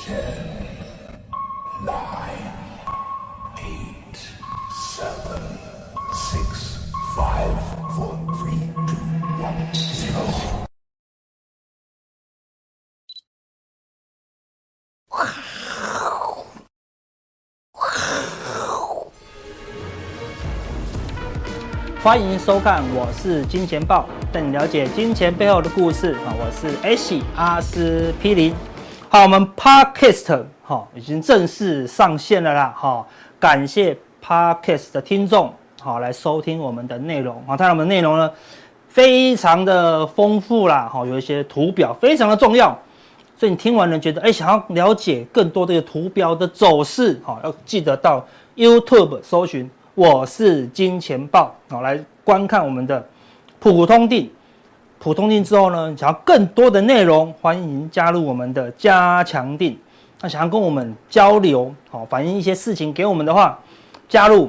欢迎收看，我是金钱豹，带你了解金钱背后的故事。我是 H 阿司匹林。好，我们 Podcast 已经正式上线了啦。感谢 Podcast 的听众来收听我们的内容。当然我们的内容呢非常的丰富啦，有一些图表非常的重要，所以你听完了觉得想要了解更多这个图表的走势，要记得到 YouTube 搜寻我是金钱豹，来观看我们的普通定。普通定之后呢，想要更多的内容，欢迎加入我们的加强定。那想要跟我们交流，反映一些事情给我们的话，加入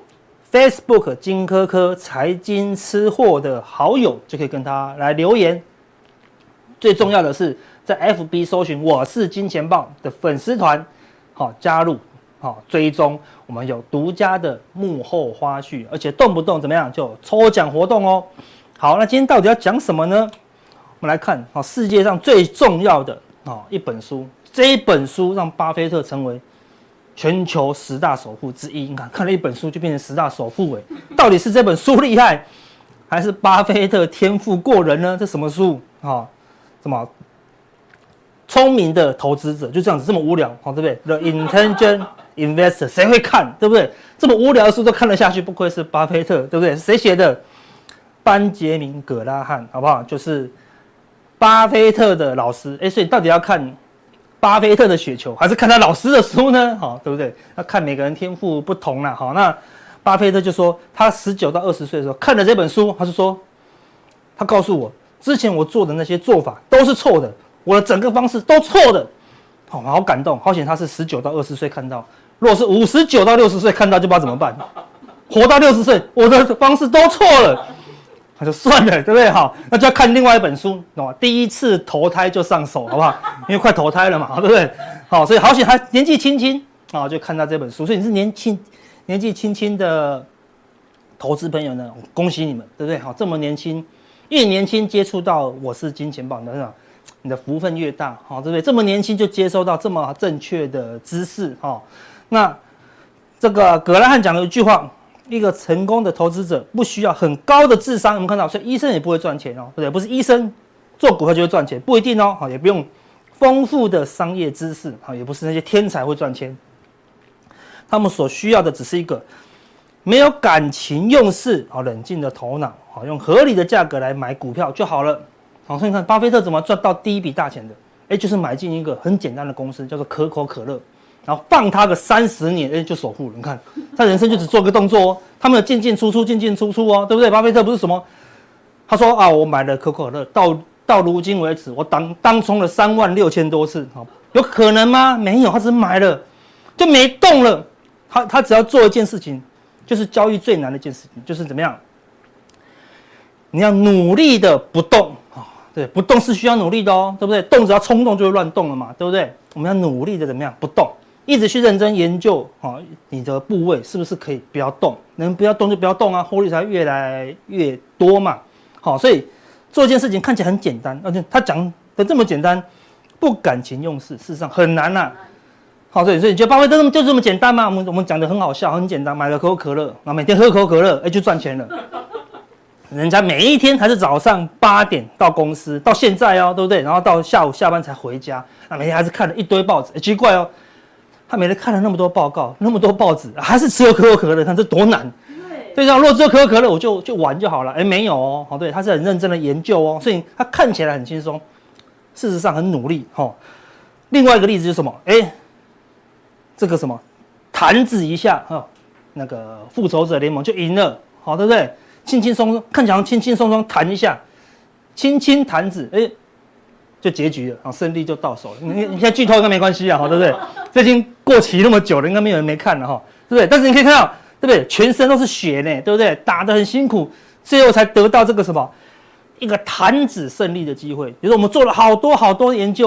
Facebook 金科科财经吃货的好友，就可以跟他来留言。最重要的是，在 FB 搜寻我是金钱豹的粉丝团，加入。追踪我们有独家的幕后花絮，而且动不动怎么样就有抽奖活动哦。好，那今天到底要讲什么呢？我们来看世界上最重要的一本书，这一本书让巴菲特成为全球10大首富之一。你看了一本书就变成10大首富，到底是这本书厉害，还是巴菲特天赋过人呢？这什么书什么？聪明的投资者就这样子，这么无聊，对不对 ？The Intelligent Investor 谁会看，对不对？这么无聊的书都看得下去，不愧是巴菲特，对不对？谁写的？班杰明·葛拉汉，好不好？就是巴菲特的老师。所以到底要看巴菲特的雪球，还是看他老师的书呢？对不对？要看每个人天赋不同啦。那巴菲特就说，他19到20岁的时候看了这本书，他就说，他告诉我，之前我做的那些做法都是错的。我的整个方式都错的，好感动，好险他是19到20岁看到，如果是59到60岁看到，就不知道怎么办。活到60岁，我的方式都错了，那就算了，对不对？那就要看另外一本书，第一次投胎就上手，好不好？因为快投胎了嘛，对不对？所以好险他年纪轻轻就看到这本书，所以你是年纪轻轻的投资朋友呢，恭喜你们，对不对？这么年轻，越年轻接触到我是金钱豹的。你的福分越大，对不对？这么年轻就接收到这么正确的知识，那这个葛拉汉讲了一句话：一个成功的投资者不需要很高的智商，我们看到，所以医生也不会赚钱对不对？不是医生做股票就会赚钱，不一定也不用丰富的商业知识，也不是那些天才会赚钱，他们所需要的只是一个没有感情用事，冷静的头脑，用合理的价格来买股票就好了。所以你看巴菲特怎么赚到第一笔大钱的？就是买进一个很简单的公司，叫做可口可乐，然后放他个30年，就首富了。你看他人生就只做个动作他们有进进出出，进进出出对不对？巴菲特不是什么，他说我买了可口可乐，到如今为止，我当冲了36000多次，有可能吗？没有，他只买了就没动了。他只要做一件事情，就是交易最难的一件事情，就是怎么样？你要努力的不动。对，不动是需要努力的对不对？动只要冲动就会乱动了嘛，对不对？我们要努力的怎么样？不动，一直去认真研究你的部位是不是可以不要动，能不要动就不要动获利才越来越多嘛。所以做一件事情看起来很简单，而且他讲的这么简单，不感情用事，事实上很难呐。所以你觉得巴菲特就这么简单吗？我们讲的很好笑，很简单，买了可口可乐，然后每天喝可口可乐，就赚钱了。人家每一天还是早上8点到公司，到现在对不对？然后到下午下班才回家，每天还是看了一堆报纸，奇怪他每天看了那么多报告，那么多报纸，还是只有可口可乐，看这多难。对，如果只有可口可乐，我就玩就好了。没有对，他是很认真的研究所以他看起来很轻松，事实上很努力另外一个例子就是什么？这个什么弹指一下那个复仇者联盟就赢了，对不对？轻轻松松，看起来轻轻松松弹一下，轻轻弹指，就结局了，胜利就到手了。你现在剧透应该没关系对不对？这已经过期那么久了，应该没有人没看了对不对？但是你可以看到，对不对？全身都是血呢，对不对？打得很辛苦，最后才得到这个什么一个弹指胜利的机会。比如说我们做了好多研究，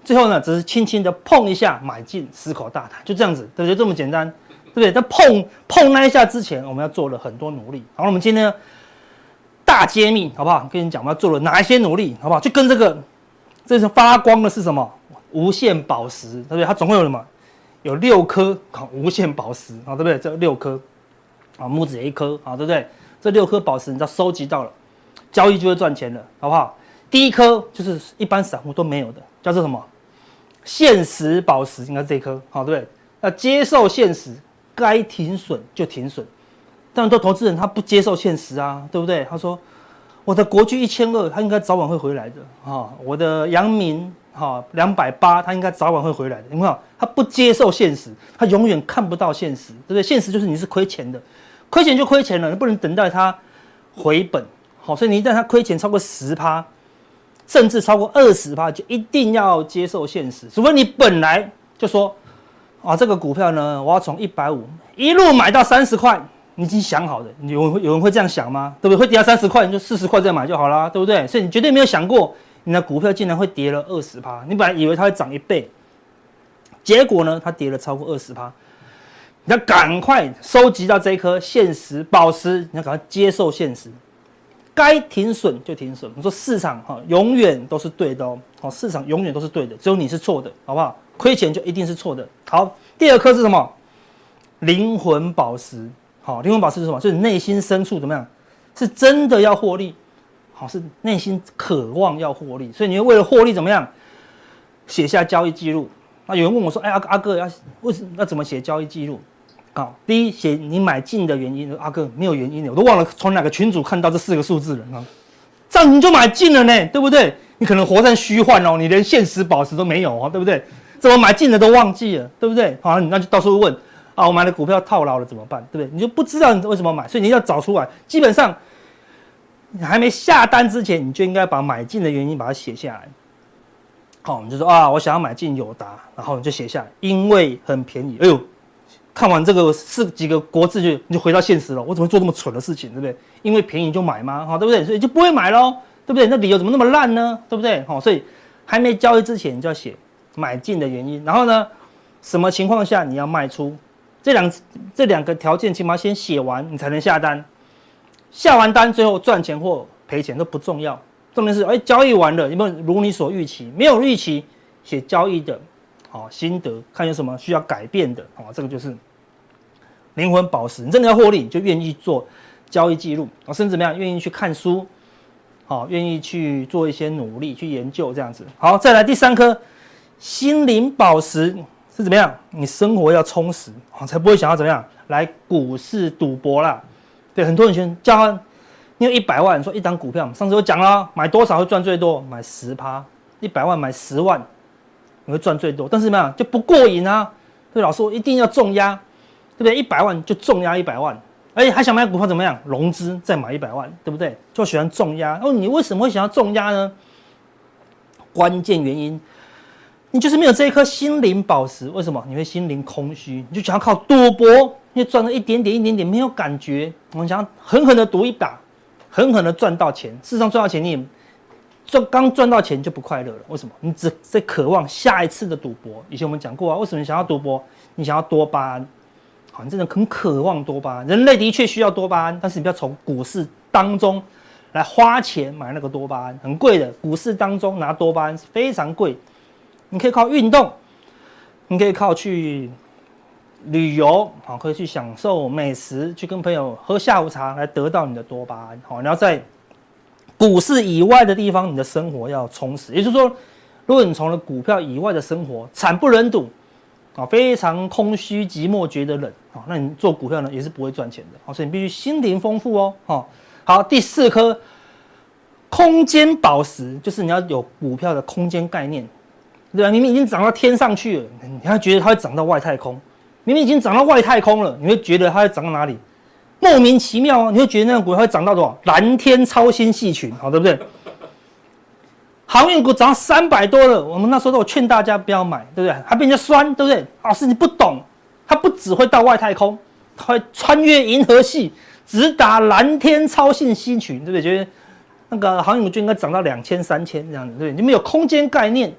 最后呢，只是轻轻的碰一下买进10口大台，就这样子，对不对？这么简单，对不对？在碰那一下之前，我们要做了很多努力。好，我们今天呢大揭秘，好不好？跟你讲，我们要做了哪一些努力，好不好？就跟这是发光的是什么？无限宝石，对不对？它总共有什么？有6颗无限宝石，对不对？这6颗，拇指也1颗，对不对？这6颗宝石，你只要收集到了，交易就会赚钱了，好不好？第一颗就是一般散户都没有的，叫做什么？现实宝石，应该是这一颗，好，对不对？要接受现实，该停损就停损。但很多投资人他不接受现实啊，对不对？他说我的国巨1200，他应该早晚会回来的我的阳明280，他应该早晚会回来的。有没有？他不接受现实，他永远看不到现实，对不对？现实就是你是亏钱的，亏钱就亏钱了，你不能等待它回本。好，所以你一旦它亏钱超过10%，甚至超过20%，就一定要接受现实。除非你本来就说这个股票呢，我要从150一路买到30块。你已经想好的，有人会这样想吗？对不对？会跌到30块，你就40块再买就好啦，对不对？所以你绝对没有想过，你的股票竟然会跌了20%，你本来以为它会涨1倍，结果呢，它跌了超过20%。你要赶快收集到这一颗现实宝石，你要赶快接受现实，该停损就停损。我说市场永远都是对的市场永远都是对的，只有你是错的，好不好？亏钱就一定是错的。好，第2颗是什么？灵魂宝石。好，灵魂宝石是什么？就是内心深处怎么样？是真的要获利，是内心渴望要获利，所以你会为了获利怎么样？写下交易记录。那有人问我说：“哎，阿哥要怎么写交易记录？”第一，写你买进的原因。阿哥没有原因的，我都忘了从哪个群组看到这4个数字了这样你就买进了呢，对不对？你可能活在虚幻你连现实宝石都没有对不对？怎么买进的都忘记了，对不对？好，你那就到处问。我买的股票套牢了怎么办？对不对？你就不知道你为什么买，所以你要找出来。基本上，你还没下单之前，你就应该把买进的原因把它写下来。好，你就说我想要买进友达，然后你就写下来，因为很便宜。哎呦，看完这个几个国字你就回到现实了。我怎么做这么蠢的事情，对不对？因为便宜就买吗？对不对？所以就不会买咯，对不对？那理由怎么那么烂呢？对不对？所以还没交易之前，你就要写买进的原因。然后呢，什么情况下你要卖出？这两个条件起码先写完，你才能下单。下完单最后赚钱或赔钱都不重要，重点是交易完了有没有如你所预期？没有预期，写交易的心得，看有什么需要改变的这个就是灵魂宝石。你真的要获利，你就愿意做交易记录甚至怎么样，愿意去看书愿意去做一些努力去研究这样子。好，再来第3颗心灵宝石。是怎么样？你生活要充实才不会想要怎么样来股市赌博啦。对，很多人先叫他，你有100万，说一档股票，上次我讲了，买多少会赚最多？买10%，100万买10万，你会赚最多。但是怎么样就不过瘾啊？对，老师我一定要重压，对不对？100万就重压100万，而且还想买股票怎么样？融资再买100万，对不对？就喜欢重压。你为什么会想要重压呢？关键原因。你就是没有这一颗心灵宝石，为什么？你会心灵空虚，你就想要靠赌博，因为赚了一点点没有感觉。我们想要狠狠的赌一把，狠狠的赚到钱。事实上赚到钱，你刚赚到钱就不快乐了。为什么？你只在渴望下一次的赌博。以前我们讲过为什么你想要赌博？你想要多巴胺，你真的很渴望多巴胺。人类的确需要多巴胺，但是你不要从股市当中来花钱买那个多巴胺，很贵的。股市当中拿多巴胺非常贵。你可以靠运动，你可以靠去旅游，可以去享受美食，去跟朋友喝下午茶来得到你的多巴胺。你要在股市以外的地方，你的生活要充实。也就是说，如果你从了股票以外的生活惨不忍睹，非常空虚寂寞觉得冷，那你做股票呢也是不会赚钱的。所以你必须心灵丰富哦。好，第4颗空间宝石，就是你要有股票的空间概念。对吧？明明已经涨到天上去了，你还觉得它会涨到外太空？明明已经涨到外太空了，你会觉得它会涨到哪里？莫名其妙你会觉得那个股票会涨到多少？蓝天超星系群，对不对？航运股涨到300多了，我们那时候都有劝大家不要买，对不对？还被人家酸，对不对？老师你不懂，它不只会到外太空，它会穿越银河系，直达蓝天超星系群，对不对？觉得那个航运股就应该涨到2000、3000这样子，对不对？你们有空间概念。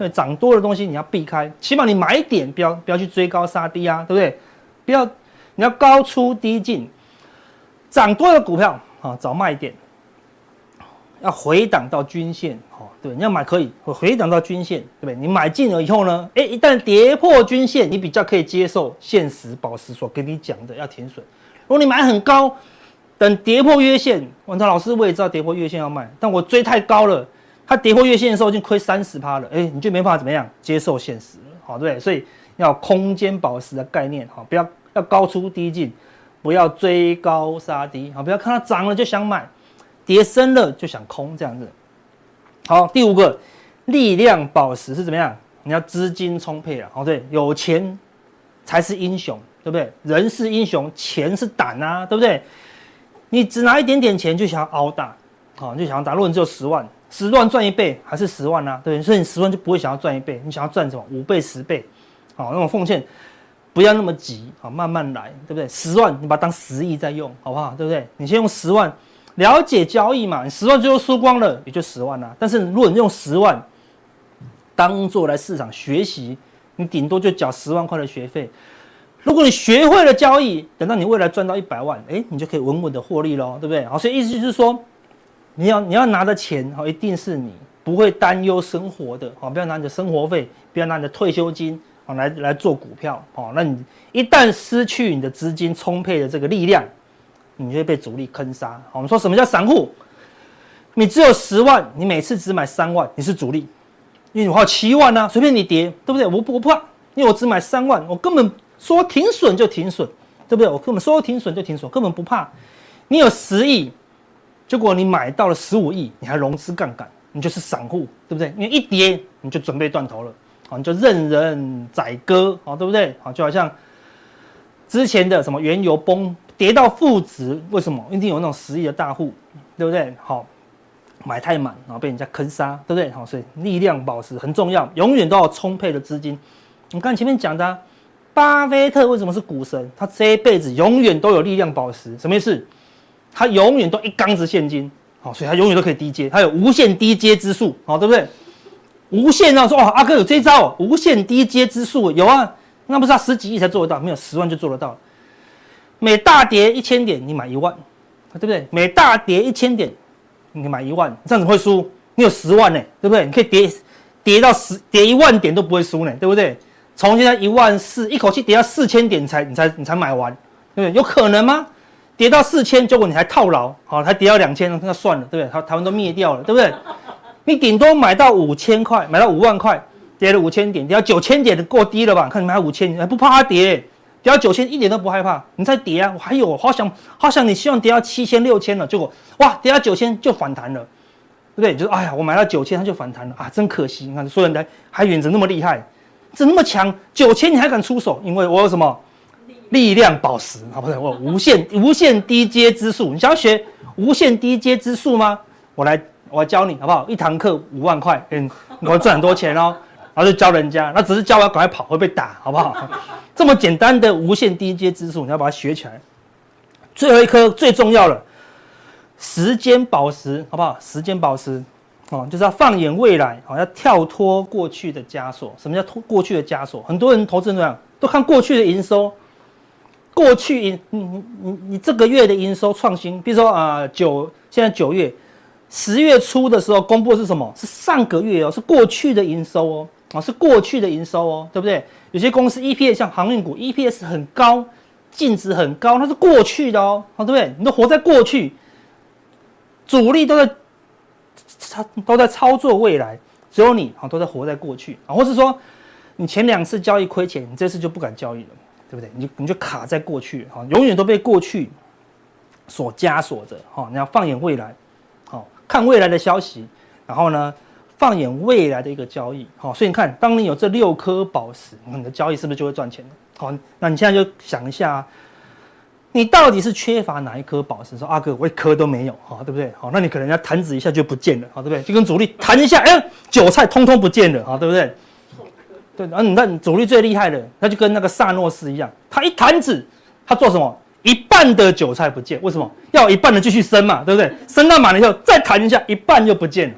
涨多的东西你要避开，起码你买点，不要去追高杀低啊，对不对？你要高出低进，涨多的股票啊，找卖点，要回档到均线，对，你要买可以回档到均线，对不对？你买进了以后呢，一旦跌破均线，你比较可以接受现实宝石所跟你讲的要停损。如果你买很高，等跌破月线，文涛老师我也知道跌破月线要卖，但我追太高了，它跌破月线的时候已经亏30%了，你就没办法怎么样接受现实了，对不对？所以要有空间宝石的概念，不要高出低进，不要追高杀低，不要看它涨了就想买，跌深了就想空这样子。好，第5个，力量宝石是怎么样？你要资金充沛了，对，有钱才是英雄，对不对？人是英雄，钱是胆啊，对不对？你只拿一点点钱就想要熬大，就想要打。如果你只有10万，10万赚1倍还是10万啊，对不对？所以你10万就不会想要赚1倍，你想要赚什么5倍、10倍，那种奉献不要那么急，慢慢来，对不对？10万你把它当10亿在用，好不好？对不对？你先用10万了解交易嘛，你10万最后输光了也就10万啊。但是如果你用10万当做来市场学习，你顶多就缴10万块的学费。如果你学会了交易，等到你未来赚到100万，你就可以稳稳的获利咯，对不对？好，所以意思就是说，你要拿的钱，一定是你不会担忧生活的，不要拿你的生活费，不要拿你的退休金来做股票，那你一旦失去你的资金充沛的这个力量，你就会被主力坑杀。我们说什么叫散户？你只有10万，你每次只买3万，你是主力，因为我还有7万啊，随便你跌，对不对？我不怕，因为我只买3万，我根本说停损就停损，对不对？我根本说停损就停损，根本不怕。你有10亿，结果你买到了15亿，你还融资杠杆，你就是散户，对不对？因为一跌你就准备断头了，你就任人宰割，对不对？就好像之前的什么原油跌到负值，为什么？一定有那种10亿的大户，对不对？买太满，然后被人家坑杀，对不对？所以力量宝石很重要，永远都要充沛的资金。我们刚才前面讲的巴菲特为什么是股神？他这一辈子永远都有力量宝石，什么意思？他永远都一缸子现金，所以他永远都可以低接，他有无限低接之术，对不对？无限说阿哥有这一招无限低接之术，有啊，那不是他10几亿才做得到，没有10万就做得到。每大跌1000点，你买1万，对不对？每大跌1000点，你买1万，这样子会输？你有10万呢，对不对？你可以跌到跌1万点都不会输呢，对不对？从现在14000一口气跌到4000点你才买完，对不对？有可能吗？跌到4000，结果你还套牢，还跌到2000，那算了，对不对？台湾都灭掉了，对不对？你顶多买到5000块，买到5万块，跌了5000点，跌到9000点够低了吧？看你买5000，你还不怕它跌？跌到9000一点都不害怕，你再跌啊！我还有，好想你希望跌到7000、6000了，结果哇，跌到9000就反弹了，对不对？就是哎呀，我买到9000它就反弹了啊，真可惜！你看所有人还远着那么厉害。这那么强，9000你还敢出手？因为我有什么力量宝石，不是我有无限低阶之术。你想要学无限低阶之术吗？我来教你好不好？一堂课5万块，我会赚很多钱哦。然后就教人家，那只是教我要赶快跑，会被打，好不好？这么简单的无限低阶之术，你要把它学起来。最后一颗最重要了，时间宝石，好不好？时间宝石。就是要放眼未来，要跳脱过去的枷锁。什么叫过去的枷锁？很多人投资人都看过去的营收，过去你这个月的营收创新，比如说现在9月，10月初的时候公布的是什么？是上个月是过去的营收是过去的营收对不对？有些公司 EPS 像航运股 EPS 很高，净值很高，那是过去的对不对？你都活在过去，主力都在操作未来，只有你都在活在过去或是说你前2次交易亏钱，你这次就不敢交易了，对不对？你就卡在过去永远都被过去所枷锁着你要放眼未来看未来的消息，然后呢放眼未来的一个交易所以你看，当你有这6颗宝石，你的交易是不是就会赚钱了？那你现在就想一下你到底是缺乏哪一颗宝石？说阿哥，我1颗都没有，对不对？那你可能要弹指一下就不见了，对不对？就跟主力弹一下，韭菜通通不见了，对不对？对，那你主力最厉害的，那就跟那个萨诺斯一样，他一弹指，他做什么？一半的韭菜不见，为什么？要有一半的继续升嘛，对不对？升到满了以后再弹一下，一半就不见了，他说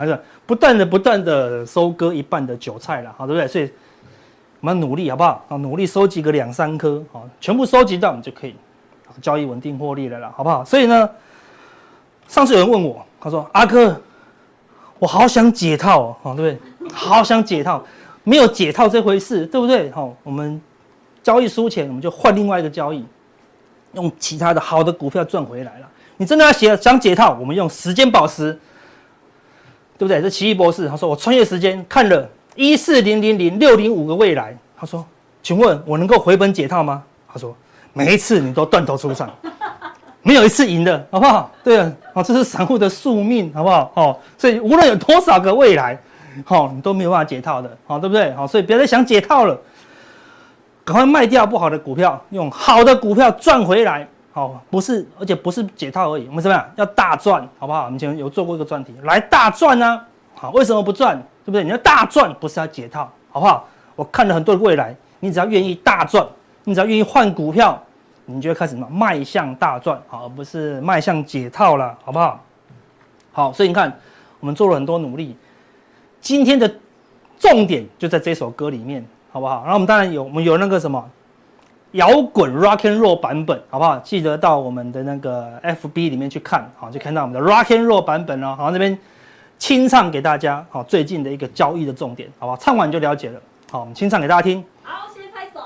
不断的收割一半的韭菜了，好，对不对？所以我们要努力，好不好？好，努力收集个2-3颗，好，全部收集到，你就可以交易稳定获利了啦，好不好？所以呢，上次有人问我，他说：“阿哥，我好想解套哦，对不对？好想解套，没有解套这回事，对不对？好，我们交易输钱，我们就换另外一个交易，用其他的好的股票赚回来了。你真的要想解套，我们用时间宝石。”对不对？这奇异博士他说我穿越时间看了14000-605个未来，他说，请问我能够回本解套吗？他说每一次你都断头出场，没有一次赢的，好不好？对啊，这是散户的宿命，好不好？所以无论有多少个未来，你都没有办法解套的，对不对？所以不要再想解套了，赶快卖掉不好的股票，用好的股票赚回来。好，不是，而且不是解套而已，我们怎么样？要大赚，好不好？我们以前有做过一个专题，来大赚啊！好，为什么不赚？对不对？你要大赚，不是要解套，好不好？我看了很多的未来，你只要愿意大赚，你只要愿意换股票，你就会开始迈向大赚，好，而不是迈向解套了，好不好？好，所以你看，我们做了很多努力，今天的重点就在这首歌里面，好不好？然后我们当然有，我们有那个什么。摇滚 rock and roll 版本，好不好？记得到我们的那个 FB 里面去看，好，就看到我们的 rock and roll 版本哦。好，这边清唱给大家，好，最近的一个交易的重点，好不好？唱完就了解了。好，我们清唱给大家听。 好，先拍手。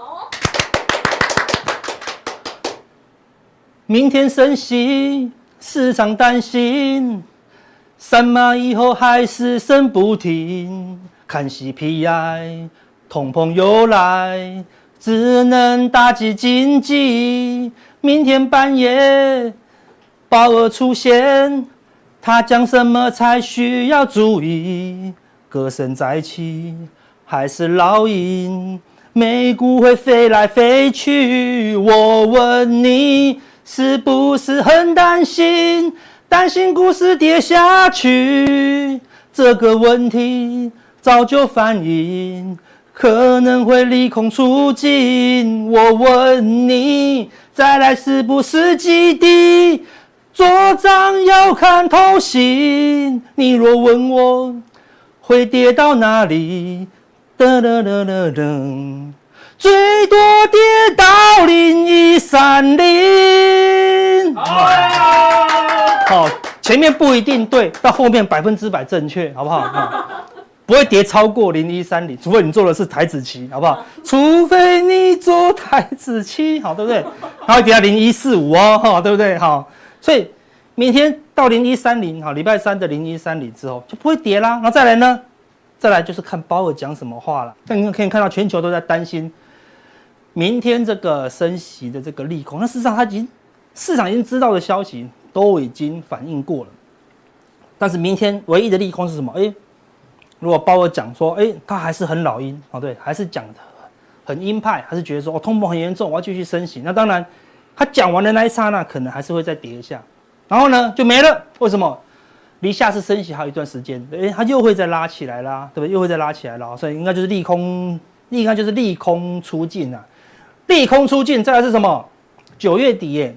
明天升息，市场担心，3码以后还是升不停，看 CPI， 通膨又来。只能打击经济，明天半夜鲍尔出现，他讲什么才需要注意？歌声再起还是老鹰，美股会飞来飞去。我问你，是不是很担心？担心股市跌下去？这个问题早就反映。可能会利空出尽，我问你，再来是不是基底？做账要看头型，你若问我会跌到哪里？噔噔噔噔噔，最多跌到0130。好，前面不一定对，到后面100%正确，好不好？不会跌超过0130，除非你做的是台指期，好不好？除非你做台指期，好，对不对？它会跌到0145哦，对不对？好，所以明天到0130，好，礼拜三的0130之后就不会跌啦。然后再来呢？再来就是看鲍尔讲什么话了。但你可以看到全球都在担心明天这个升息的这个利空。那事实上，市场已经知道的消息都已经反映过了。但是明天唯一的利空是什么？如果鲍尔讲说，他还是很老鹰，对，还是讲的很鹰派，还是觉得说，通膨很严重，我要继续升息。那当然，他讲完的那一刹那，可能还是会再跌一下，然后呢就没了。为什么？离下次升息还有一段时间，他又会再拉起来啦，对不对？又会再拉起来了，所以应该就是利空出尽啊，利空出尽。再来是什么？9月底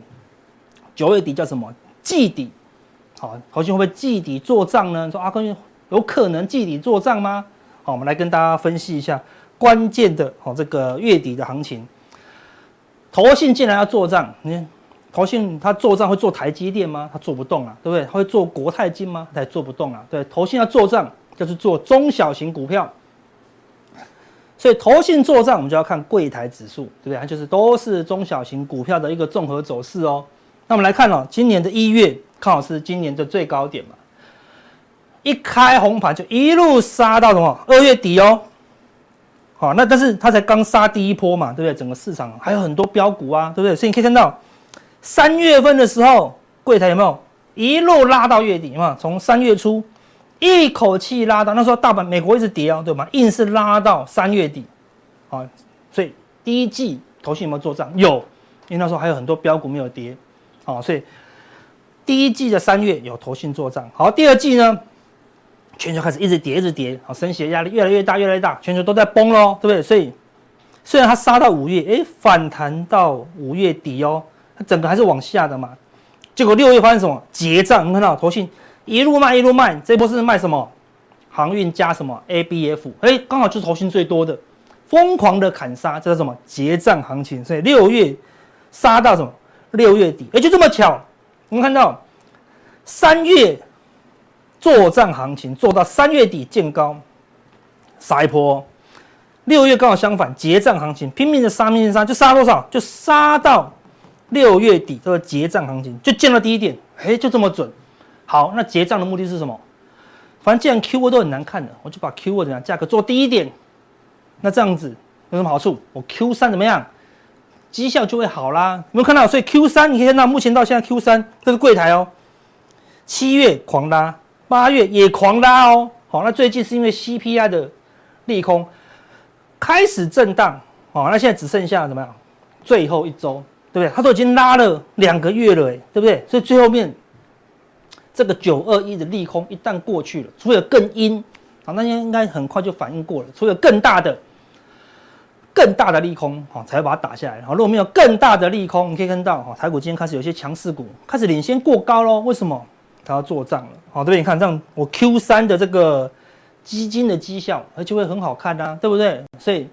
，9月底叫什么？季底。好，投信会不会季底做账呢？说阿哥。有可能季底做账吗？好，我们来跟大家分析一下关键的这个月底的行情。投信竟然要做账，你看投信他做账会做台积电吗？他做不动啊，对不对？他会做国泰金吗？他也做不动啊。对，投信要做账就是做中小型股票，所以投信做账我们就要看柜台指数，对不对？它就是都是中小型股票的一个综合走势哦。那我们来看今年的1月刚好是今年的最高点嘛。一开红盘就一路杀到什么2月底哦，好，那但是它才刚杀第一波嘛，对不对？整个市场还有很多标股啊，对不对？所以你可以看到3月份的时候，柜台有没有一路拉到月底嘛？从3月初一口气拉到那时候大盘美国一直跌哦，对吗？硬是拉到3月底，好，所以第一季投信有没有做账？有，因为那时候还有很多标股没有跌，好，所以第一季的3月有投信做账。好，第二季呢？全球开始一直跌，好，升息的压力越来越大，全球都在崩咯，对不对？所以虽然它杀到5月，反弹到5月底哦，它整个还是往下的嘛。结果6月发生什么？结账，你看到投信一路卖，这波是卖什么？ 航运加什么 ABF， 刚好就是投信最多的，疯狂的砍杀，这是什么结账行情，所以6月杀到什么6月底，就这么巧，我们看到3月做账行情做到3月底见高，杀一波，6月刚好相反，结账行情拼命的杀，就杀多少？就杀到6月底，这个结账行情就见到低点，就这么准。好，那结账的目的是什么？反正既然 Q word 都很难看的，我就把 Q word 怎样价格做低一点。那这样子有什么好处？我 Q3 怎么样？绩效就会好啦。有没有看到？所以 Q3 你可以看到，目前到现在 Q3 这是柜台哦，7月狂拉，8月也狂拉哦。好，那最近是因为 CPI 的利空开始震荡，那现在只剩下怎么样？最后一周，对不对？它都已经拉了2个月了，对不对？所以最后面这个921的利空一旦过去了，除了更阴，那应该很快就反应过了。除了更大的利空，才会把它打下来。如果没有更大的利空，你可以看到，台股今天开始有些强势股开始领先过高咯。为什么？它要做账了。对不对？你看这样，我 Q3 的这个基金的绩效，就会很好看啊，对不对？所以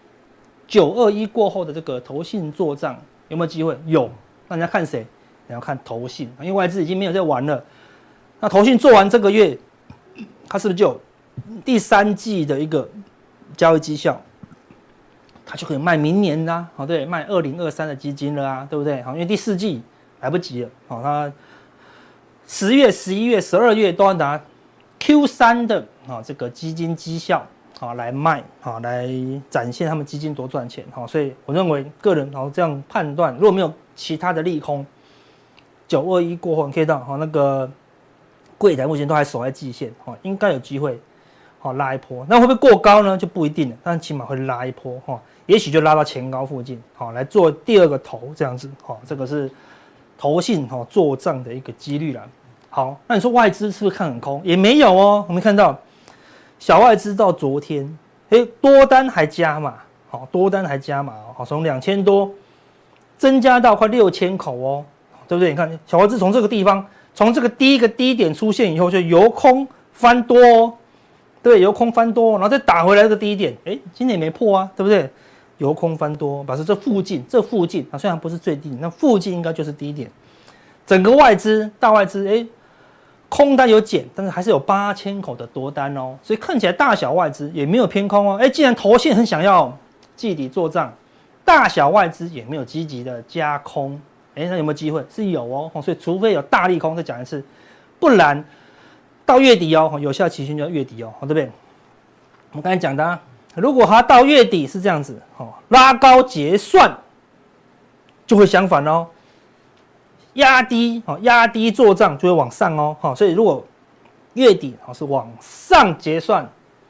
921过后的这个投信做账有没有机会？有。那你要看谁？你要看投信，因为外资已经没有在玩了。那投信做完这个月，它是不是就有第3季的一个交易绩效？它就可以卖明年啦，对，卖2023的基金了啊，对不对？因为第4季来不及了，它10月、11月、12月都要拿 Q3 的这个基金绩效来卖，来展现他们基金多赚钱，所以我认为个人这样判断，如果没有其他的利空，921过后你可以到那个柜台目前都还守在季线，应该有机会拉一波。那会不会过高呢？就不一定了，但起码会拉一波，也许就拉到前高附近，来做第2个头这样子，这个是投信做账的一个几率啦。好，那你说外资是不是看很空？也没有哦，我们看到小外资到昨天，多单还加码，从2000多增加到快6000口哦，对不对？你看小外资从这个地方，从这个第一个低点出现以后，就由空翻多哦，对，由空翻多，然后再打回来这个低点，今天也没破啊，对不对？由空翻多，表示这附近虽然不是最低点，那附近应该就是低点。整个大外资，空单有减，但是还是有8000口的多单哦，所以看起来大小外资也没有偏空哦。既然投信很想要季底做账，大小外资也没有积极的加空，那有没有机会？是有哦。所以除非有大利空，再讲一次，不然到月底哦，有效期限就要月底哦，对不对？我们刚才讲的，如果它到月底是这样子，拉高结算，就会相反哦。压低做账就会往上哦，所以如果月底是往上结算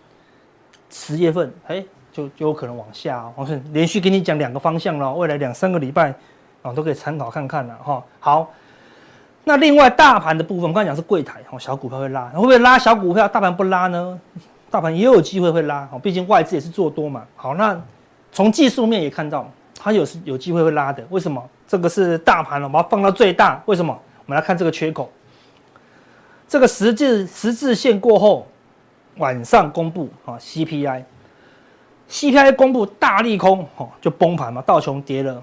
，10月份就有可能往下哦。所以连续跟你讲2个方向了，未来2-3个礼拜都可以参考看看了哈。好，那另外大盘的部分，我刚才讲是柜台小股票会拉，会不会拉小股票？大盘不拉呢？大盘也有机会会拉，毕竟外资也是做多嘛。好，那从技术面也看到它有机会会拉的，为什么？这个是大盘了，我们要放到最大。为什么？我们来看这个缺口，这个十字线过后，晚上公布CPI 公布大利空就崩盘嘛，道琼跌了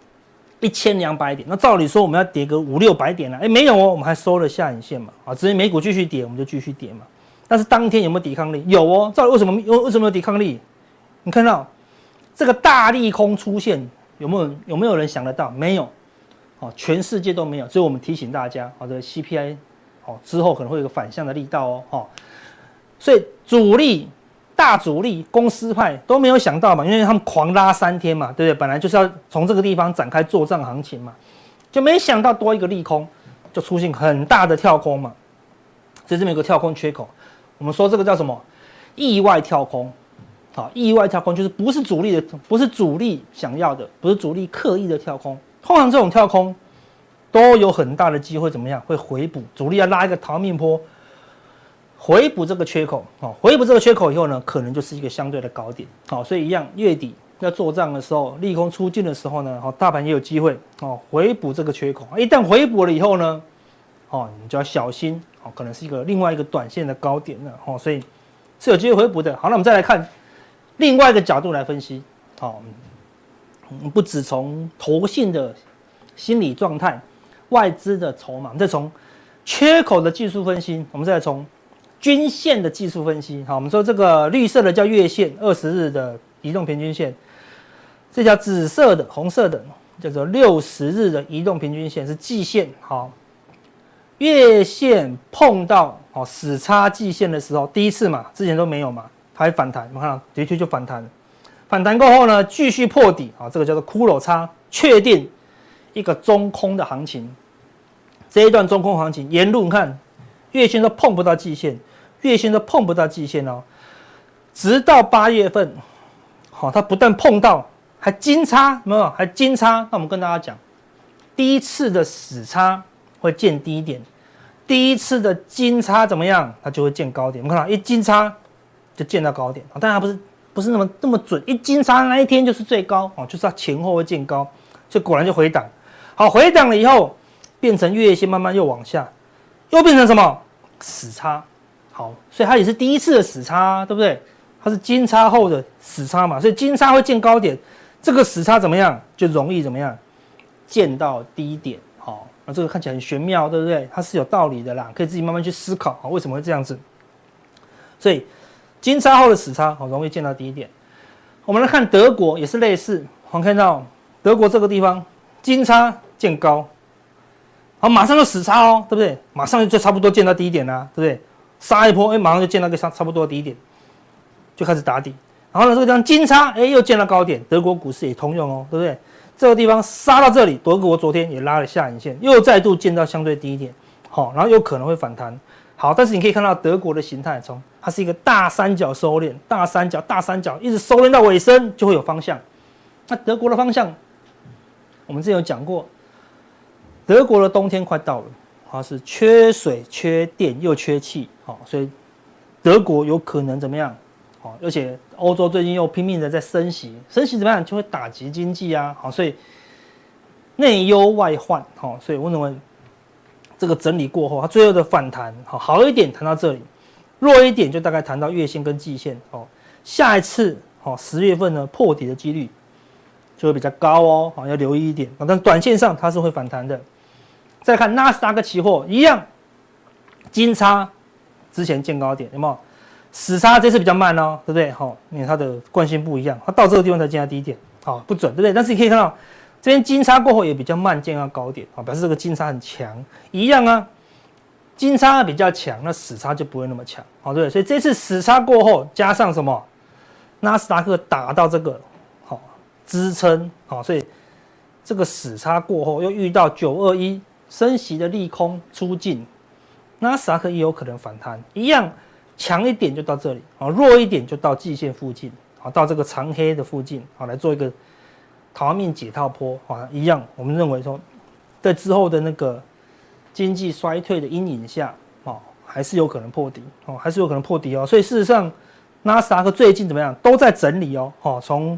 1200点。那照理说我们要跌个500-600点了，没有哦，我们还收了下影线嘛，只是美股继续跌，我们就继续跌嘛。但是当天有没有抵抗力？有哦。照理为什么有抵抗力？你看到这个大利空出现？有没有人想得到？没有，全世界都没有，所以我们提醒大家，这个 CPI 之后可能会有一个反向的力道哦，所以大主力公司派都没有想到嘛，因为他们狂拉3天嘛，对不对？本来就是要从这个地方展开做账行情嘛，就没想到多一个利空，就出现很大的跳空嘛，所以这边有个跳空缺口，我们说这个叫什么？意外跳空。意外跳空就是不是主力想要的，不是主力刻意的跳空。通常这种跳空都有很大的机会怎么样？会回补，主力要拉一个逃命波，回补这个缺口。回补这个缺口以后呢，可能就是一个相对的高点。所以一样，月底要做账的时候，利空出尽的时候呢，大盘也有机会回补这个缺口。一旦回补了以后呢，你就要小心，可能是另外一个短线的高点了。所以是有机会回补的。好，那我们再来看另外一个角度来分析。好，不只从投信的心理状态、外资的筹码，再从缺口的技术分析，我们再来从均线的技术分析。好，我们说这个绿色的叫月线，20日的移动平均线，这条紫色的、红色的叫做60日的移动平均线是季线。好，月线碰到死叉季线的时候，第一次嘛，之前都没有嘛，它会反弹，我们看到的确就反弹了。反弹过后呢，继续破底啊，这个叫做骷髅叉，确定一个中空的行情。这一段中空行情沿路你看，月线都碰不到季线，月线都碰不到季线哦，直到8月份，好，它不但碰到，还金叉，没有？还金叉。那我们跟大家讲，第一次的死叉会见低点，第一次的金叉怎么样？它就会见高点。我们看到一金叉就见到高点，当然它不是那么准，一金叉那一天就是最高哦，就是它前后会见高，所以果然就回档。好，回档了以后，变成月线慢慢又往下，又变成什么死叉？好，所以它也是第一次的死叉，对不对？它是金叉后的死叉嘛，所以金叉会见高点，这个死叉怎么样？就容易怎么样？见到低点。好，那这个看起来很玄妙，对不对？它是有道理的啦，可以自己慢慢去思考，为什么会这样子？所以金叉后的死叉，好，容易见到低点。我们来看德国也是类似，我们看到德国这个地方金叉见高，好，马上就死叉哦，对不对？马上就差不多见到低点啦，对不对？杀一波，马上就见到个差不多的低点，就开始打底。然后呢，这个地方金叉，又见到高点，德国股市也通用哦，对不对？这个地方杀到这里，德国昨天也拉了下影线，又再度见到相对低点，好，然后有可能会反弹。好，但是你可以看到德国的形态，它是一个大三角收敛，大三角一直收敛到尾声就会有方向。那德国的方向，我们之前有讲过，德国的冬天快到了，它是缺水、缺电又缺气，好，所以德国有可能怎么样？好，而且欧洲最近又拼命的在升息，升息怎么样就会打击经济啊，好，所以内忧外患，好，所以我认为这个整理过后，它最后的反弹，好一点弹到这里，弱一点就大概弹到月线跟季线，哦，下一次10月份呢破底的几率就会比较高哦，要留意一点，但短线上它是会反弹的。再看纳斯达克期货一样，金叉之前见高点有没有？死叉这次比较慢哦，对不对？因为它的惯性不一样，它到这个地方才见到低点，不准，对不对？但是你可以看到这边金叉过后也比较慢见到高点，表示这个金叉很强，一样啊，金叉比较强，那死叉就不会那么强，对不对？所以这次死叉过后加上什么？纳斯达克打到这个支撑，所以这个死叉过后又遇到921升息的利空出尽，纳斯达克也有可能反弹，一样强一点就到这里，弱一点就到季线附近，到这个长黑的附近，来做一个逃命解套波，一样，我们认为说，在之后的那个经济衰退的阴影下，还是有可能破底，还是有可能破底哦。所以事实上，纳斯达克最近怎么样，都在整理哦，从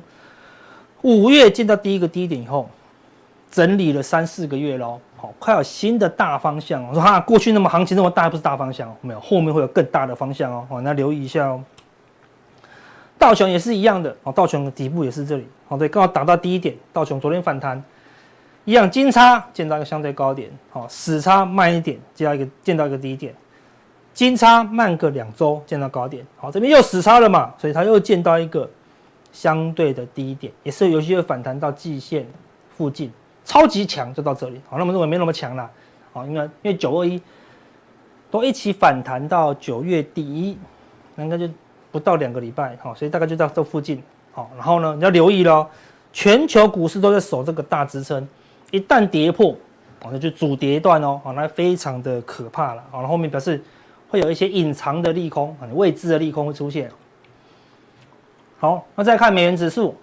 5月见到第一个低点以后，整理了3-4个月喽，快有新的大方向。我说过去那么行情那么大，不是大方向，没有，后面会有更大的方向哦，那留意一下哦。道琼也是一样的，道琼的底部也是这里，对，刚好打到低点。道琼昨天反弹，一样金叉见到一个相对高点，死叉慢一点，见到一个低点，金叉慢个2周见到高点，这边又死叉了嘛，所以它又见到一个相对的低点，也是有机会反弹到季线附近，超级强就到这里。那我们认为没那么强啦，因为921都一起反弹到9月底，那应该就不到2个礼拜，所以大概就到这附近。然后呢，你要留意咯，全球股市都在守这个大支撑，一旦跌破，那就主跌段哦，那非常的可怕了。然后后面表示会有一些隐藏的利空，未知的利空会出现。好，那再看美元指数，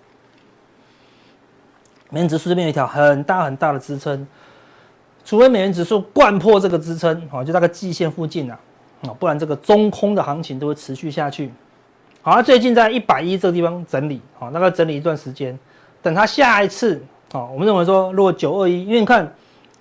美元指数这边有一条很大的支撑，除非美元指数灌破这个支撑，就大概季线附近不然这个中空的行情都会持续下去。好，最近在110这个地方整理，大概整理一段时间，等它下一次，我们认为说，如果921，因为你看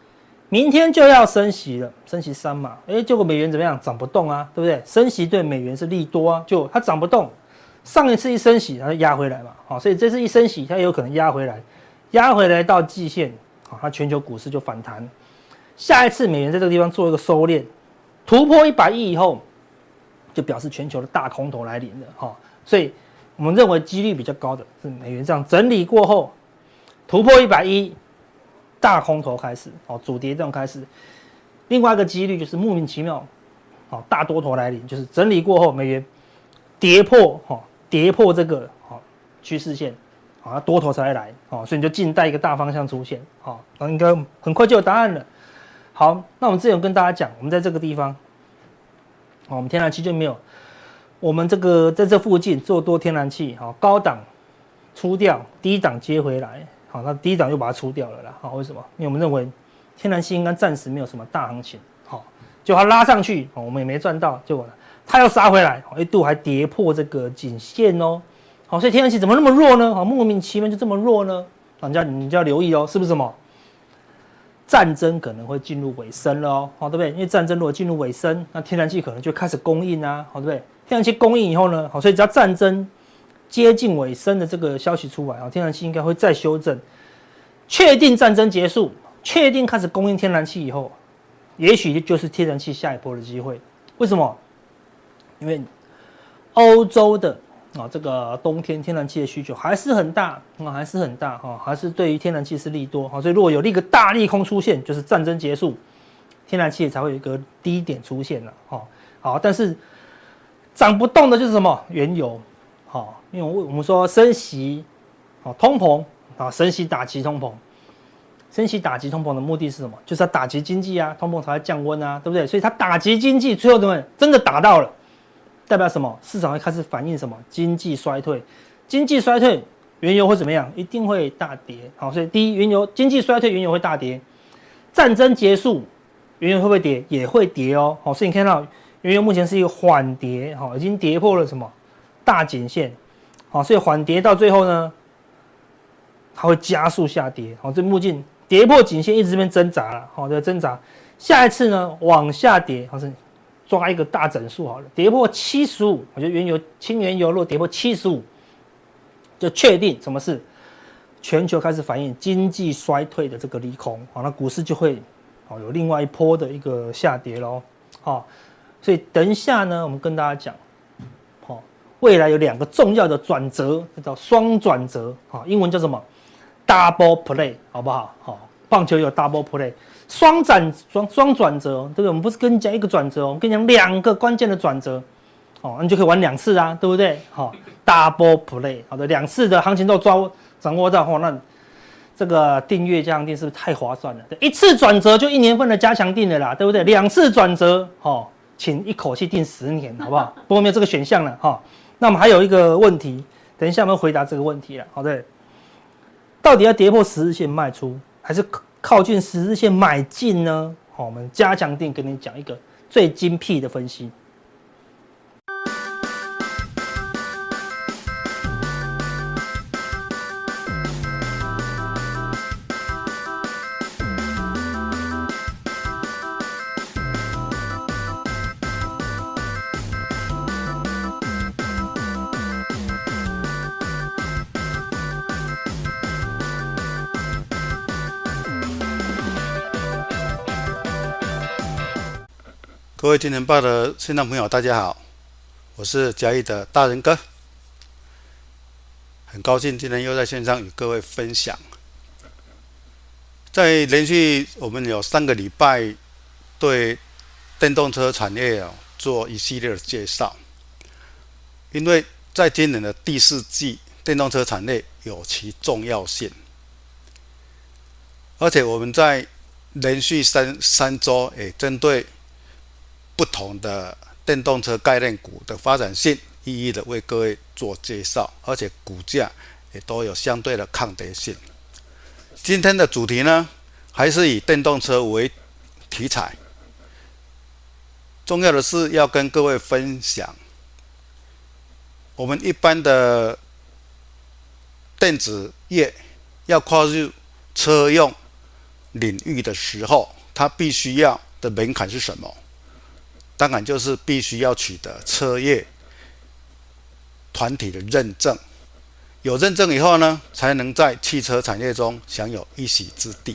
明天就要升息了，升息3码，结果美元怎么样？涨不动啊，对不对？升息对美元是利多啊，就它涨不动。上一次一升息，它就压回来嘛，好，所以这次一升息，它也有可能压回来，压回来到季线，好，它全球股市就反弹。下一次美元在这个地方做一个收敛，突破100亿以后，就表示全球的大空头来临了，哈，所以我们认为几率比较高的是美元这样整理过后，突破100亿。大空头开始，主跌这种开始。另外一个几率就是莫名其妙，大多头来临，就是整理过后，美元跌破这个趋势线，多头才来，所以你就静待一个大方向出现，那应该很快就有答案了。好，那我们之前有跟大家讲，我们在这个地方，我们天然气就没有，我们这个在这附近做多天然气，高档出掉，低档接回来。好，那低档又把它出掉了啦。好，为什么？因为我们认为天然气应该暂时没有什么大行情。好，就它拉上去，我们也没赚到，结果它又杀回来，一度还跌破这个颈线哦。好，所以天然气怎么那么弱呢？好，莫名其妙就这么弱呢？你就要留意哦，是不是什么战争可能会进入尾声了哦？好，对不对？因为战争如果进入尾声，那天然气可能就开始供应啊，好，对不对？天然气供应以后呢，好，所以只要战争接近尾声的这个消息出来，天然气应该会再修正，确定战争结束，确定开始供应天然气以后，也许就是天然气下一波的机会。为什么？因为欧洲的这个冬天天然气的需求还是很大，还是对于天然气是利多，所以如果有一个大利空出现，就是战争结束，天然气才会有一个低点出现了。好，但是涨不动的就是什么？原油。因为我们说升息，通膨升息打击通膨，升息打击通膨的目的是什么？就是要打击经济啊，通膨才会降温啊，对不对？所以它打击经济，最后怎么真的打到了，代表什么？市场会开始反映什么？经济衰退，经济衰退，原油会怎么样？一定会大跌。好，所以第一，原油经济衰退，原油会大跌。战争结束，原油会不会跌？也会跌哦。好，所以你看到原油目前是一个缓跌，已经跌破了什么？大颈线，好，所以缓跌到最后呢，它会加速下跌，好，这目前跌破颈线一直这边挣扎了，好，这个挣扎，下一次呢往下跌，好，是抓一个大整数好了，跌破75，我觉得轻原油如果跌破75，就确定什么事，全球开始反映经济衰退的这个利空，好，那股市就会有另外一波的一个下跌咯，好，所以等一下呢，我们跟大家讲。未来有2个重要的转折，叫双转折，英文叫什么 ？Double play， 好不好？好，棒球有 double play， 双转折，对不对？我们不是跟你讲一个转折，我们跟你讲2个关键的转折，你就可以玩2次啊，对不对？好 ，double play， 好的，2次的行情都掌握到，那这个订阅加强定是不是太划算了？对，1次转折就1年份的加强定了啦，对不对？2次转折，请一口气定10年，好不好？不过没有这个选项了，那我们还有一个问题，等一下我们回答这个问题了，好的，到底要跌破10日线卖出，还是靠近10日线买进呢？我们加强定跟你讲一个最精辟的分析。 各位金钱豹的线上朋友，大家好，我是嘉义的大人哥，很高兴今天又在线上与各位分享。在连续我们有3个礼拜对电动车产业做一系列的介绍，因为在今年的第4季，电动车产业有其重要性，而且我们在连续三周也针对不同的电动车概念股的发展性，一一的为各位做介绍，而且股价也都有相对的抗跌性。今天的主题呢，还是以电动车为题材。重要的是要跟各位分享，我们一般的电子业要跨入车用领域的时候， 它必须要的门槛是什么？当然就是必须要取得车业团体的认证，有认证以后呢，才能在汽车产业中享有一席之地。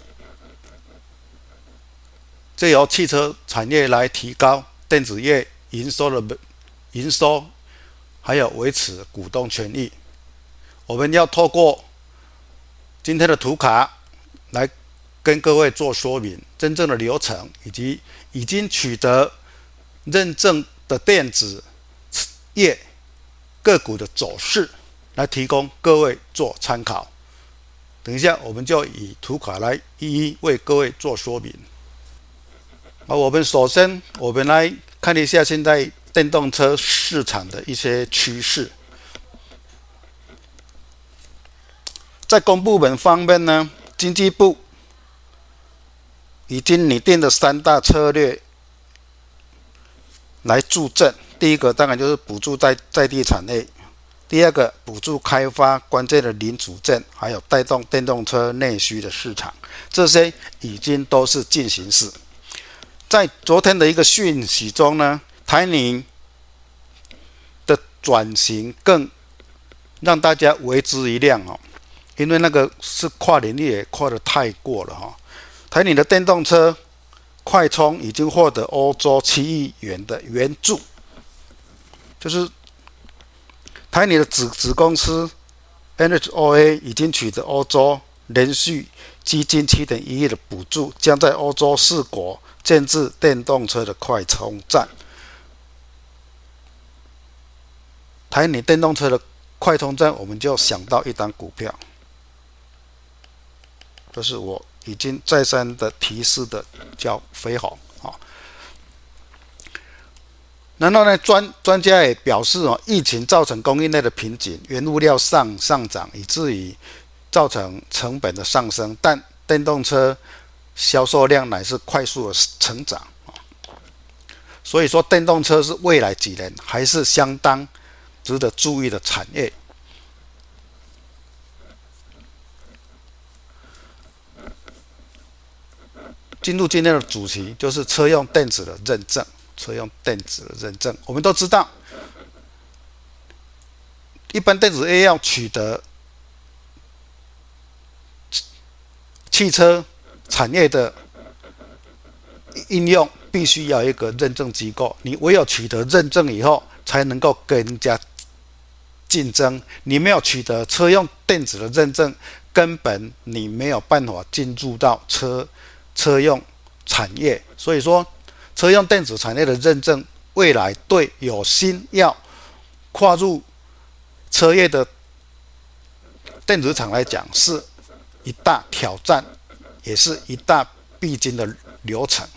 借由汽车产业来提高电子业营收，还有维持股东权益。我们要透过今天的图卡来跟各位做说明真正的流程，以及已经取得认证的电子业个股的走势，来提供各位做参考。等一下我们就以图卡来一一为各位做说明。我们首先来看一下现在电动车市场的一些趋势。在公部门方面呢，经济部已经拟定了3大策略来助阵。第一个当然就是补助在地产业，第二个补助开发关键的零组件，还有带动电动车内需的市场，这些已经都是进行式。在昨天的一个讯息中呢，台泥的转型更让大家为之一亮哦，因为那个是跨领域也跨得太过了哈。台泥的电动车快充已经获得欧洲7亿元的援助，就是台泥的子公司 NHOA 已经取得欧洲连续基金7.1亿的补助，将在欧洲4国建置电动车的快充站。台泥电动车的快充站，我们就想到一档股票，就是我已经再三的提示的，叫飞鸿啊。然后呢，专家也表示疫情造成供应链的瓶颈，原物料上涨，以至于造成成本的上升，但电动车销售量乃是快速的成长，所以说电动车是未来几年还是相当值得注意的产业。进入今天的主题，就是车用电子的认证。我们都知道，一般电子业要取得汽车产业的应用，必须要有一个认证机构。你唯有取得认证以后，才能够跟人家竞争。你没有取得车用电子的认证，根本你没有办法进入到车用产业。所以说，车用电子产业的认证，未来对有心要跨入车业的电子厂来讲，是一大挑战，也是一大必经的流程。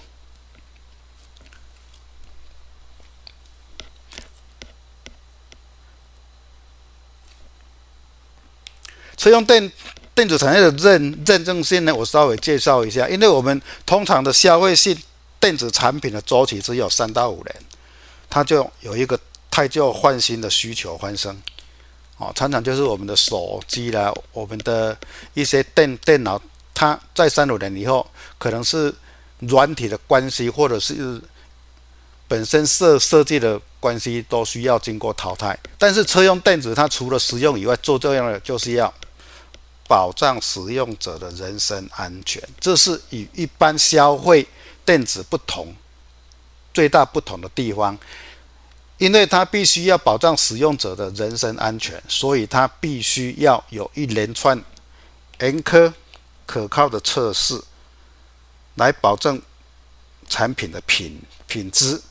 车用电子产业的认证性呢，我稍微介绍一下。因为我们通常的消费性电子产品的周期只有3到5年，它就有一个汰旧换新的需求发生。常常就是我们的手机啦，我们的一些电脑，它在3、5年以后，可能是软体的关系，或者是本身设计的关系，都需要经过淘汰。但是车用电子，它除了实用以外，做这样的就是要保障使用者的人身安全，这是与一般消费电子最大不同的地方。因为它必须要保障使用者的人身安全，所以它必须要有一连串严苛可靠的测试，来保证产品的品质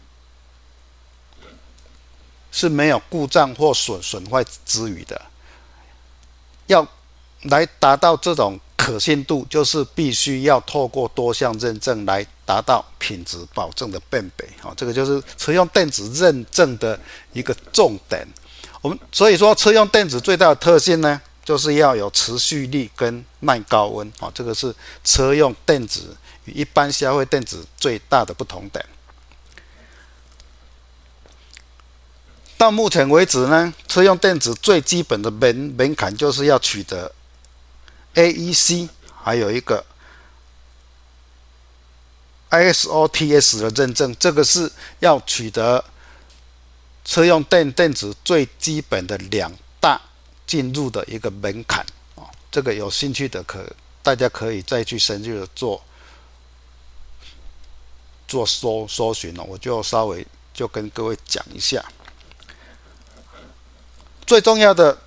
是没有故障或损坏之余的。要来达到这种可信度，就是必须要透过多项认证来达到品质保证的辨别。这个就是车用电子认证的一个重点。所以说，车用电子最大的特性呢，就是要有持续力跟耐高温。这个是车用电子与一般消费电子最大的不同点。到目前为止呢，车用电子最基本的门槛就是要取得 AEC， 还有一个 ISO-TS 的认证，这个是要取得车用电子最基本的2大进入的一个门槛这个有兴趣的大家可以再去深入的做搜寻我就稍微就跟各位讲一下。最重要的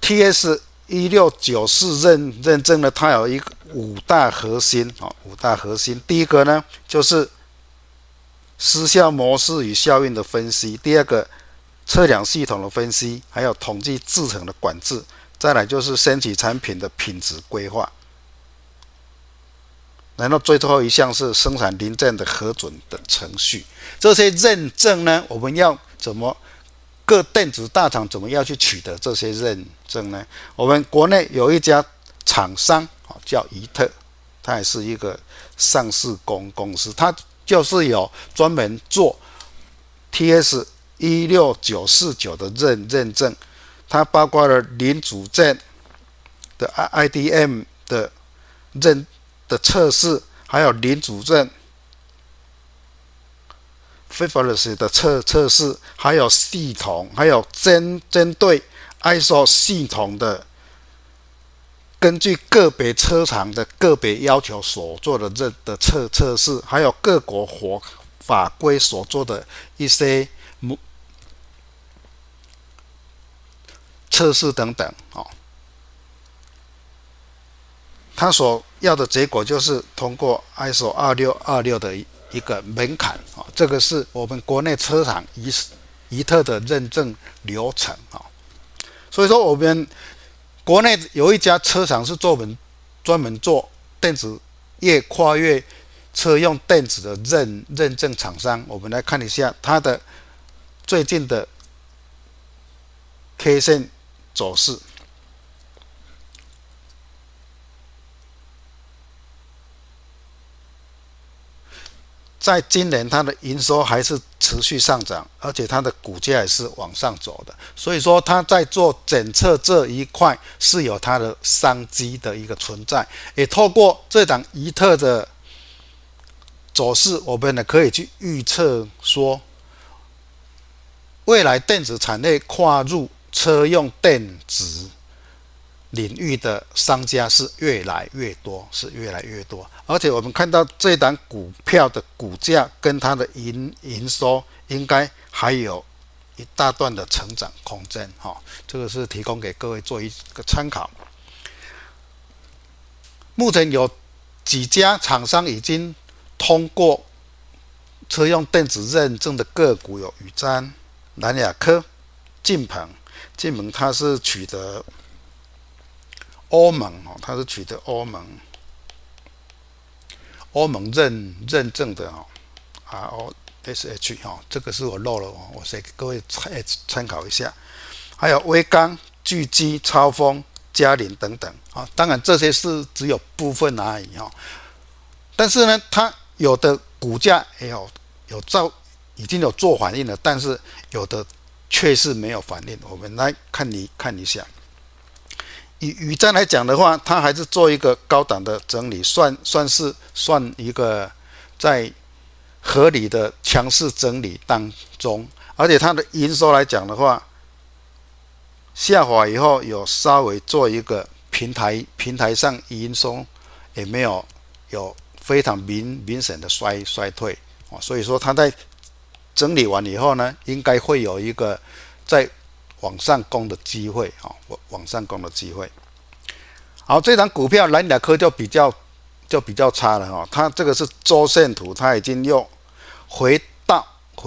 TS1694认证呢，它有一个5大核心5大核心。第一个呢就是失效模式与效应的分析，第二个测量系统的分析，还有统计制程的管制，再来就是升级产品的品质规划，然后最后一项是生产零件的核准的程序。这些认证呢，我们要各电子大厂怎么样去取得这些认证呢？我们国内有一家厂商叫怡特，它也是一个上市公司，它就是有专门做 TS16949的认证，它包括了零组件的 IDM 的测试，还有零组件 fabless 的测试，还有系统，还有针对 ISO 系统的，根据个别车厂的个别要求所做的测试，还有各国法规所做的一些测试等等他所要的结果就是通过 ISO 2626的一个门槛这个是我们国内车厂怡特的认证流程所以说我们国内有一家车厂是专门做电子业跨越车用电子的认证厂商，我们来看一下它的最近的 K 线走势。在今年它的营收还是持续上涨，而且它的股价也是往上走的，所以说它在做检测这一块是有它的商机的一个存在。也透过这档怡特的走势，我们呢可以去预测说，未来电子产业跨入车用电子领域的商家是越来越多，而且我们看到这档股票的股价跟它的营收应该还有一大段的成长空间这个是提供给各位做一个参考。目前有几家厂商已经通过车用电子认证的个股有宇瞻、南亚科、晋鹏它是取得欧盟认证的ROSH 这个是我漏了我先给各位参考一下。还有威刚、巨基、超丰、嘉麟等等当然这些是只有部分而已但是呢，它有的股价已经有做反应了，但是有的却是没有反应。我们来看一下。以宇瞻来讲的话，它还是做一个高档的整理，算一个在合理的强势整理当中，而且它的营收来讲的话，下滑以后有稍微做一个平台上营收也没有非常明显的衰退所以说它在整理完以后呢，应该会有一个在往上攻的机会好，这张股票南亚科就比较差了它这个是周线图，它已经又回到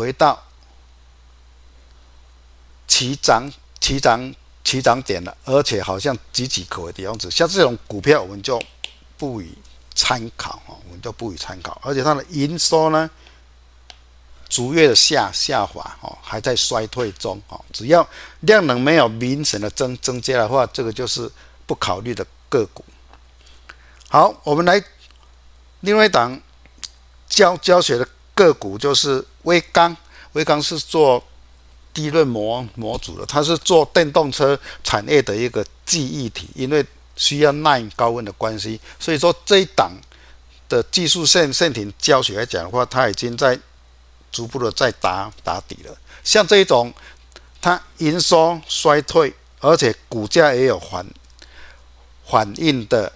起涨点了，而且好像岌岌可危的样子。像这种股票我们就不予参考而且它的营收呢逐月的下滑还在衰退中只要量能没有明显的增加的话，这个就是不考虑的个股。好，我们来另外一档教学的个股就是威刚是做低润模组的，它是做电动车产业的一个记忆体，因为需要耐高温的关系，所以说这一档的技术线型教学来讲的话，它已经在逐步的在打底了。像这一种，它营收衰退，而且股价也有反应的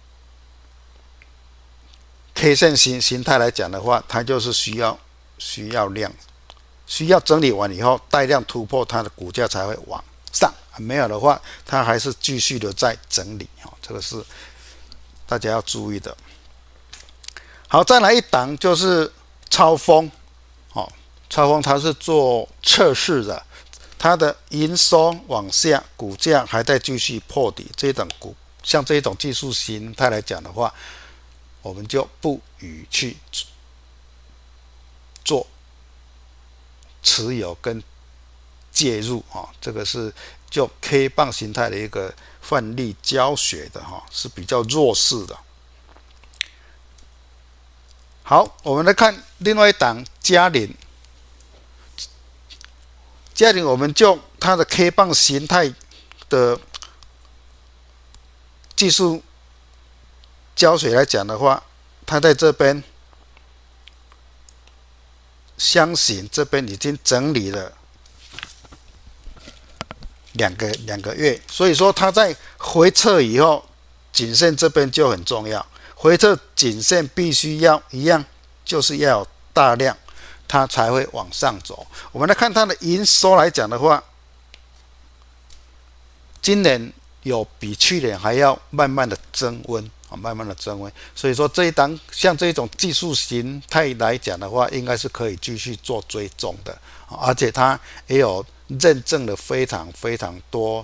K 线形态来讲的话，它就是需要量，需要整理完以后带量突破，它的股价才会往上。没有的话，它还是继续的在整理。这个是大家要注意的。好，再来一档就是超锋。超锋它是做测试的，它的营收往下，股价还在继续破底。像这一种技术形态来讲的话，我们就不予去做持有跟介入。这个是就 K 棒形态的一个范例教学的，是比较弱势的。好，我们来看另外一档嘉麟。嘉麟我们就它的 K 棒形态的技术教学来讲的话，它在这边箱型这边已经整理了两个月，所以说它在回撤以后，颈线这边就很重要。回撤颈线必须要一样，就是要有大量，它才会往上走。我们来看它的营收来讲的话，今年有比去年还要慢慢的增温，所以说这一档像这种技术形态来讲的话，应该是可以继续做追踪的，而且它也有认证了非常多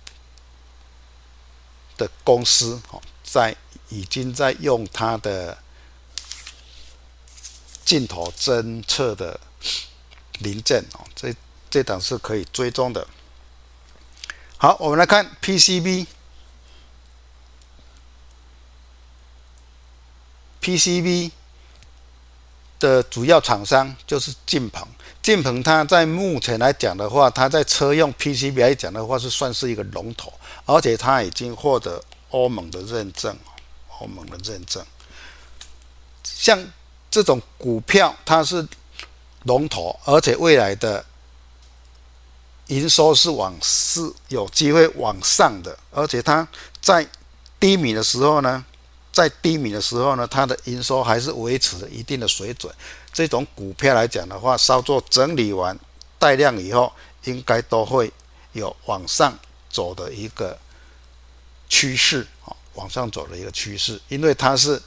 的公司已经在用它的镜头侦测的零件，这档是可以追踪的。好，我们来看 PCB 的主要厂商就是晋鹏。晋鹏它在目前来讲的话，它在车用 PCB 来讲的话是算是一个龙头，而且它已经获得欧盟的认证。像这种股票它是龙头，而且未来的营收是有机会往上的，而且它在低迷的时候呢，它的营收还是维持了一定的水准。这种股票来讲的话，稍作整理完带量以后，应该都会有往上走的一个趋势，因为它是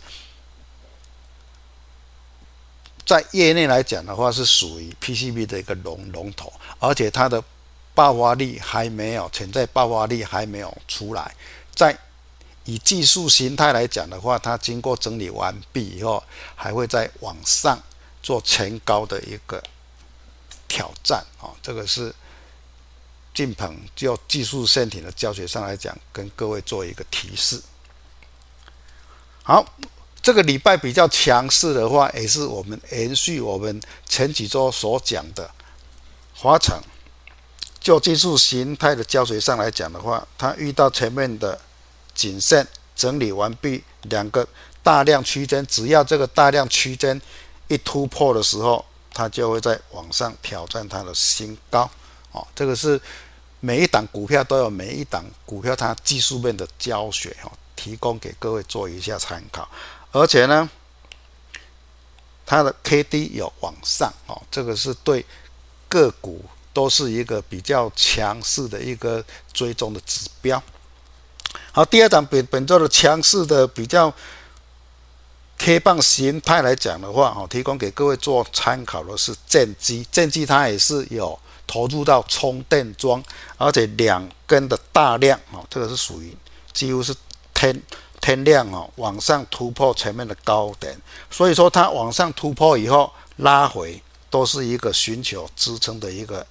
在业内来讲的话，是属于 PCB 的一个龙头，而且它的潜在爆发力还没有出来。以技术形态来讲的话，它经过整理完毕以后，还会再往上做前高的一个挑战。这个是晋鹏就技术线型的教学上来讲，跟各位做一个提示。好，这个礼拜比较强势的话，也是我们延续我们前几周所讲的华城。就技术形态的教学上来讲的话，它遇到前面的颈线整理完毕，两个大量区间，只要这个大量区间一突破的时候，它就会在往上挑战它的新高。这个是每一档股票都有每一档股票它技术面的教学，提供给各位做一下参考。而且呢，它的 KD 有往上，这个是对个股都是一个比较强势的一个追踪的指标。好，第二档本周的强势的比较 K 棒形态来讲的话，提供给各位做参考的是正基它也是有投入到充电桩，而且2根的大量，这个是属于几乎是天量，往上突破前面的高点，所以说它往上突破以后拉回，都是一个寻求支撑的一个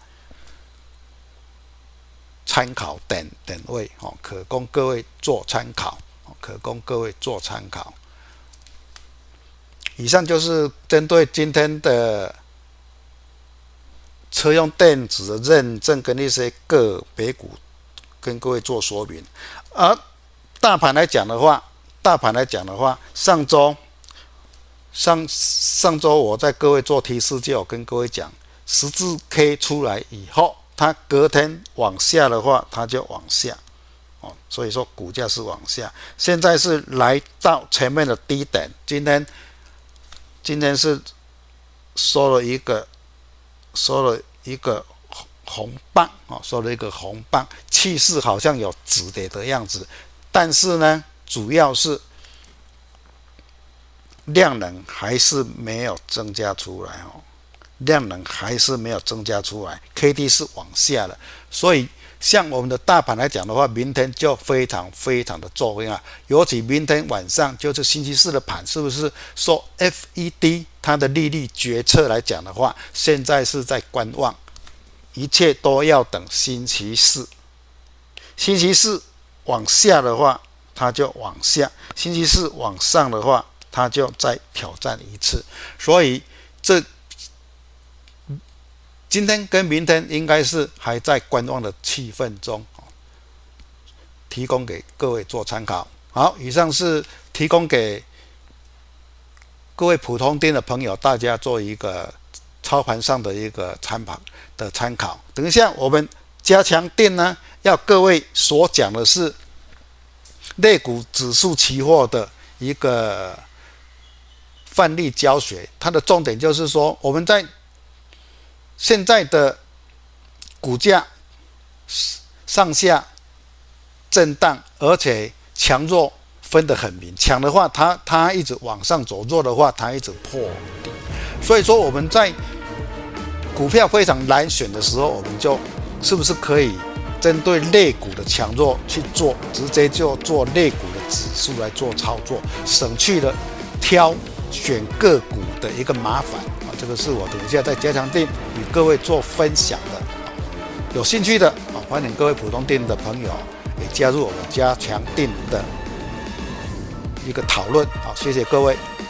参考点位，可供各位做参考。以上就是针对今天的车用电子的认证跟一些个别股跟各位做说明。而大盘来讲的话，上周上周我在各位做提示就有跟各位讲，十字 K 出来以后，它隔天往下的话，它就往下所以说股价是往下。现在是来到前面的低点，今天是收了一个红棒收了一个红棒，气势好像有止跌的样子，但是呢，主要是量能还是没有增加出来量能还是没有增加出来 ，K D 是往下的，所以像我们的大盘来讲的话，明天就非常非常的重要，尤其明天晚上就是星期四的盘，是不是说 FED 它的利率决策来讲的话，现在是在观望，一切都要等星期四。星期四往下的话，它就往下；星期四往上的话，它就再挑战一次。所以今天跟明天应该是还在观望的气氛中，提供给各位做参考。好，以上是提供给各位普通店的朋友，大家做一个操盘上的一个参考。等一下我们加强店呢，要各位所讲的是类股指数期货的一个范例教学，它的重点就是说，我们在现在的股价上下震荡，而且强弱分得很明。强的话，它一直往上走；弱的话，它一直破底。所以说，我们在股票非常难选的时候，我们就是不是可以针对类股的强弱去做，直接就做类股的指数来做操作，省去了挑选个股的一个麻烦。这个是我等一下在加强店与各位做分享的，有兴趣的欢迎各位普通店的朋友也加入我们加强店的一个讨论。好，谢谢各位。